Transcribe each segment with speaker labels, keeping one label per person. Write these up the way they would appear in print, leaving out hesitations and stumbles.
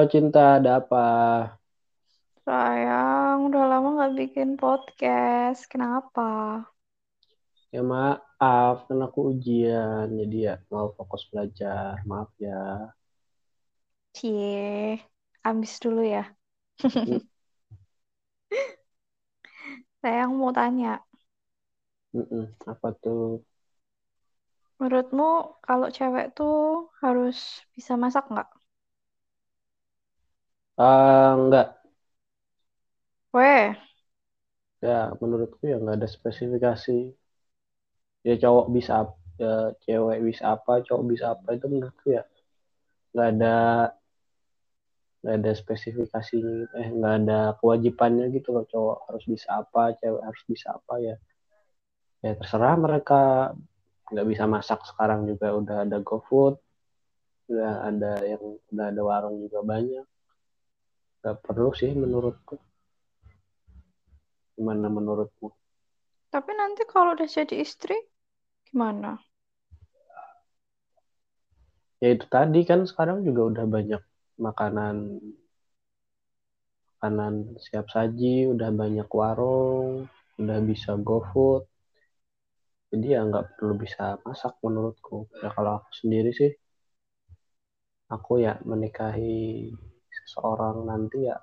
Speaker 1: Cinta, ada apa?
Speaker 2: Sayang, udah lama nggak bikin podcast. Kenapa?
Speaker 1: Ya maaf, kan aku ujian, jadi ya mau fokus belajar. Maaf ya.
Speaker 2: Cie, ambis dulu ya.
Speaker 1: Mm,
Speaker 2: Sayang mau tanya,
Speaker 1: Apa tuh?
Speaker 2: menurutmu kalau cewek tuh harus bisa masak nggak?
Speaker 1: Enggak,
Speaker 2: Weh,
Speaker 1: ya menurutku ya nggak ada spesifikasi. Ya cowok bisa apa, ya cewek bisa apa, cowok bisa apa itu menurutku ya nggak ada nggak ada spesifikasinya, nggak ada kewajibannya gitu loh. Cowok harus bisa apa, cewek harus bisa apa ya. Ya terserah mereka. Nggak bisa masak sekarang juga udah ada GoFood. Udah ada warung juga banyak. Gak perlu sih menurutku. Gimana menurutmu?
Speaker 2: tapi nanti kalau udah jadi istri, gimana?
Speaker 1: Ya itu tadi kan sekarang juga udah banyak makanan makanan siap saji, udah banyak warung, udah bisa GoFood. Jadi ya nggak perlu bisa masak menurutku. Ya kalau aku sendiri sih, aku ya menikahi seseorang nanti ya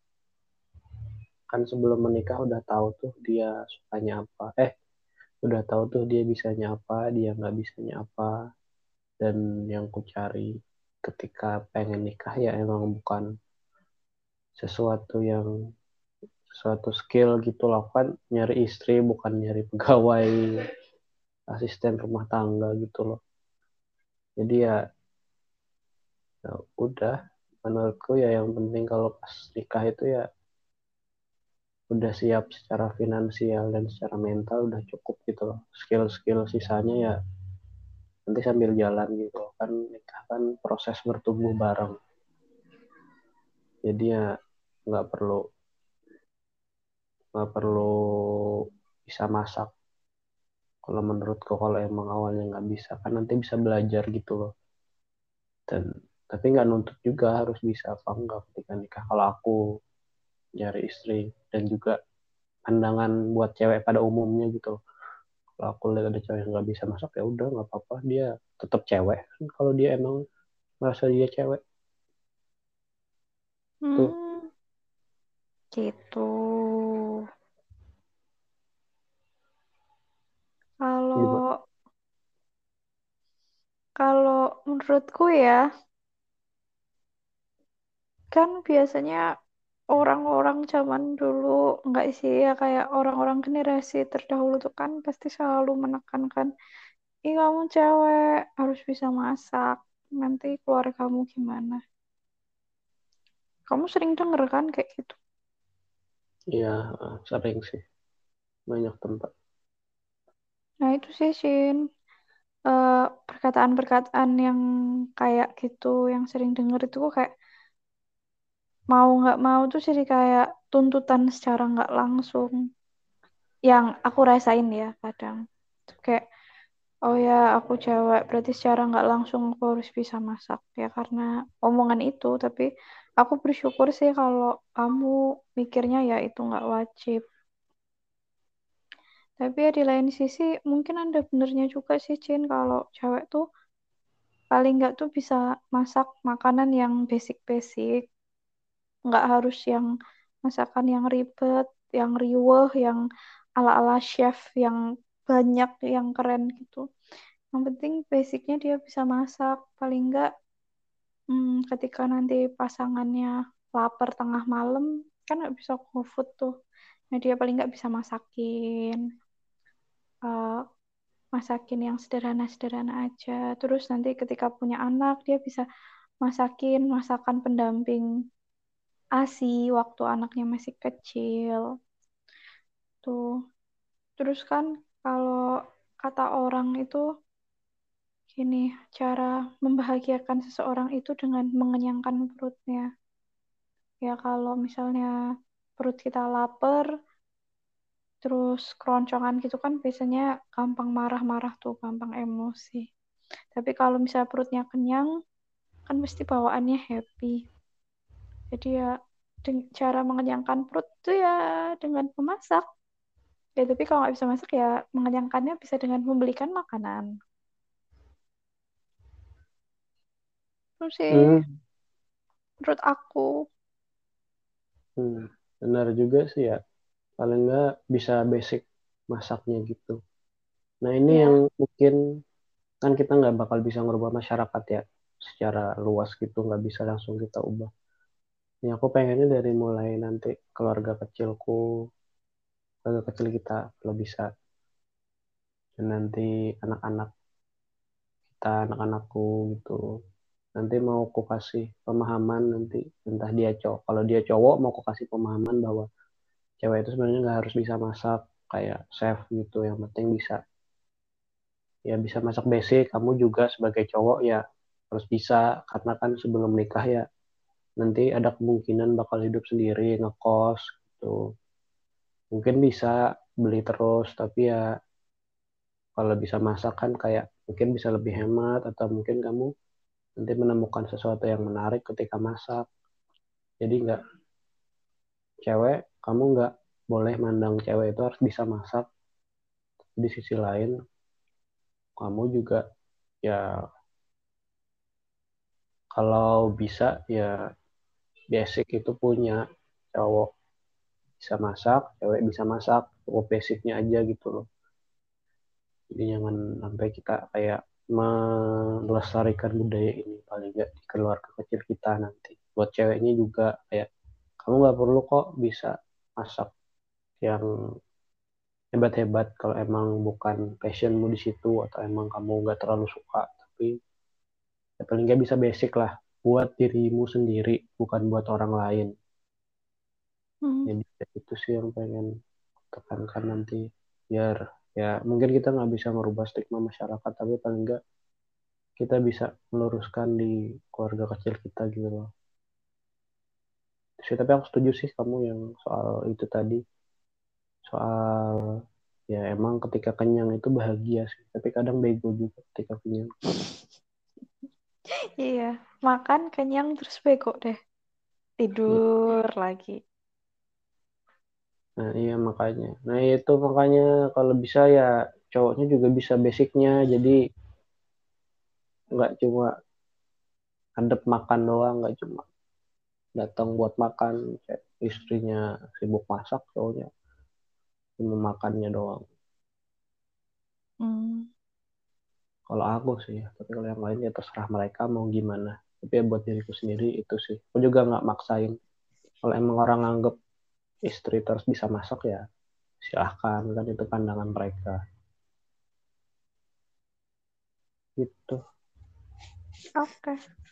Speaker 1: kan sebelum menikah udah tahu tuh dia sukanya apa. Udah tahu tuh dia bisanya apa, dia nggak bisanya apa. Dan yang ku cari ketika pengen nikah ya emang bukan sesuatu yang sesuatu skill gitu loh, kan nyari istri bukan nyari pegawai asisten rumah tangga gitu loh. Jadi ya udah, menurutku ya yang penting kalau pas nikah itu ya udah siap secara finansial dan secara mental udah cukup gitu loh. Skill-skill sisanya ya nanti sambil jalan gitu loh. Kan nikah kan proses bertumbuh bareng, jadi ya nggak perlu nggak perlu bisa masak. Kalau menurutku kalau emang awalnya nggak bisa kan nanti bisa belajar gitu loh. Dan tapi nggak nuntut juga harus bisa apa enggak ketika nikah. Kalau aku nyari istri dan juga pandangan buat cewek pada umumnya gitu loh. Kalau aku lihat ada cewek yang nggak bisa masak ya udah nggak apa-apa, dia tetap cewek kan kalau dia emang merasa dia cewek tuh.
Speaker 2: Hmm, gitu.
Speaker 1: Gimana?
Speaker 2: Kalau kalau menurutku ya, kan biasanya orang-orang zaman dulu enggak sih ya kayak orang-orang generasi terdahulu tuh kan pasti selalu menekankan, ih kamu cewek harus bisa masak, nanti keluargamu gimana? Kamu sering denger kan kayak gitu.
Speaker 1: Iya, sering sih, banyak tempat.
Speaker 2: Nah itu sih Shin. Eh, perkataan-perkataan yang kayak gitu yang sering denger itu kok kayak mau nggak mau tuh jadi kayak tuntutan secara nggak langsung yang aku rasain ya kadang. Tuh kayak, oh ya, aku cewek, berarti secara nggak langsung aku harus bisa masak. Ya karena omongan itu, tapi aku bersyukur sih kalau kamu mikirnya ya itu nggak wajib. Tapi ya di lain sisi, mungkin ada benernya juga sih, Cin, kalau cewek tuh paling nggak tuh bisa masak makanan yang basic-basic. Nggak harus yang masakan yang ribet, yang riweh, yang ala-ala chef, yang banyak, yang keren gitu. Yang penting basicnya dia bisa masak. Paling nggak ketika nanti pasangannya lapar tengah malam, kan nggak bisa GoFood tuh. Nah, dia paling nggak bisa eh, masakin yang sederhana-sederhana aja. Terus nanti ketika punya anak, dia bisa masakin masakan pendamping ASI waktu anaknya masih kecil. Tuh. Terus kan kalau kata orang itu gini, cara membahagiakan seseorang itu dengan mengenyangkan perutnya. Ya kalau misalnya perut kita lapar, terus keroncongan gitu kan biasanya gampang marah-marah tuh, gampang emosi. Tapi kalau misalnya perutnya kenyang, kan pasti bawaannya happy. Jadi ya cara mengenyangkan perut tuh ya dengan memasak. Ya tapi kalau nggak bisa masak ya mengenyangkannya bisa dengan membelikan makanan. Terus sih
Speaker 1: Hmm,
Speaker 2: menurut aku.
Speaker 1: hmm, benar juga sih ya. Paling nggak bisa basic masaknya gitu. Nah ini yang
Speaker 2: Ya.
Speaker 1: mungkin kan kita nggak bakal bisa ngerubah masyarakat ya secara luas gitu, nggak bisa langsung kita ubah. Ya aku pengennya dari mulai nanti keluarga kecilku, keluarga kecil kita kalau bisa, dan nanti anak-anak kita, anak-anakku gitu. Nanti mau aku kasih pemahaman nanti, entah dia cowok. Kalau dia cowok mau aku kasih pemahaman bahwa cewek itu sebenarnya nggak harus bisa masak kayak chef gitu. Yang penting bisa ya bisa masak basic. Kamu juga sebagai cowok ya harus bisa karena kan sebelum nikah ya nanti ada kemungkinan bakal hidup sendiri, ngekos gitu. Mungkin bisa beli terus, tapi ya kalau bisa masak kan kayak mungkin bisa lebih hemat atau mungkin kamu nanti menemukan sesuatu yang menarik ketika masak. Jadi nggak cewek, kamu nggak boleh mandang cewek itu harus bisa masak. Di sisi lain, kamu juga ya kalau bisa ya basic itu punya cowok bisa masak, cewek bisa masak, cukup basicnya aja gitu loh. Jadi jangan sampai kita kayak melestarikan budaya ini paling nggak di keluarga kecil kita nanti. Buat ceweknya juga kayak kamu nggak perlu kok bisa masak yang hebat-hebat kalau emang bukan passionmu di situ atau emang kamu nggak terlalu suka. Tapi ya paling nggak bisa basic lah buat dirimu sendiri, bukan buat orang lain.
Speaker 2: Hmm.
Speaker 1: Jadi itu sih yang pengen tekankan nanti biar ya mungkin kita nggak bisa merubah stigma masyarakat tapi paling nggak kita bisa meluruskan di keluarga kecil kita gitu loh. Sih, tapi aku setuju sih kamu yang soal itu tadi, soal ya emang ketika kenyang itu bahagia sih, tapi kadang bego juga ketika kenyang.
Speaker 2: Iya, makan kenyang terus bego deh.
Speaker 1: Ya,
Speaker 2: Tidur lagi.
Speaker 1: nah iya makanya. Nah itu makanya kalau bisa ya cowoknya juga bisa basicnya, jadi nggak cuma hadap makan doang, nggak cuma datang buat makan, kayak istrinya sibuk masak, cowoknya cuma makannya doang.
Speaker 2: Hmm.
Speaker 1: Kalau aku sih ya, tapi kalau yang lain ya terserah mereka mau gimana. Tapi ya buat diriku sendiri itu sih. Aku juga nggak maksain. Kalau emang orang nganggep istri terus bisa masak ya silahkan, kan itu pandangan mereka. Gitu.
Speaker 2: Oke,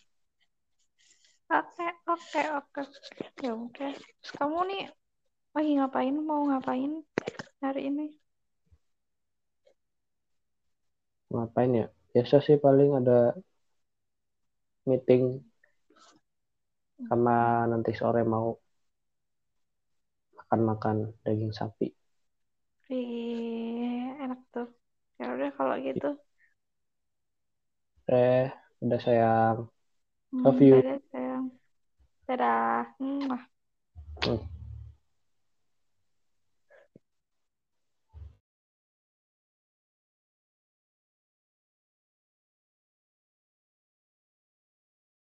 Speaker 2: oke, oke, oke. Ya udah. Terus kamu nih lagi ngapain? Mau ngapain hari ini?
Speaker 1: Ngapain ya? Biasa sih paling ada meeting sama nanti sore mau makan-makan daging sapi.
Speaker 2: Enak tuh. Ya udah kalau gitu.
Speaker 1: Udah sayang. Love you.
Speaker 2: Dadah sayang. Dadah.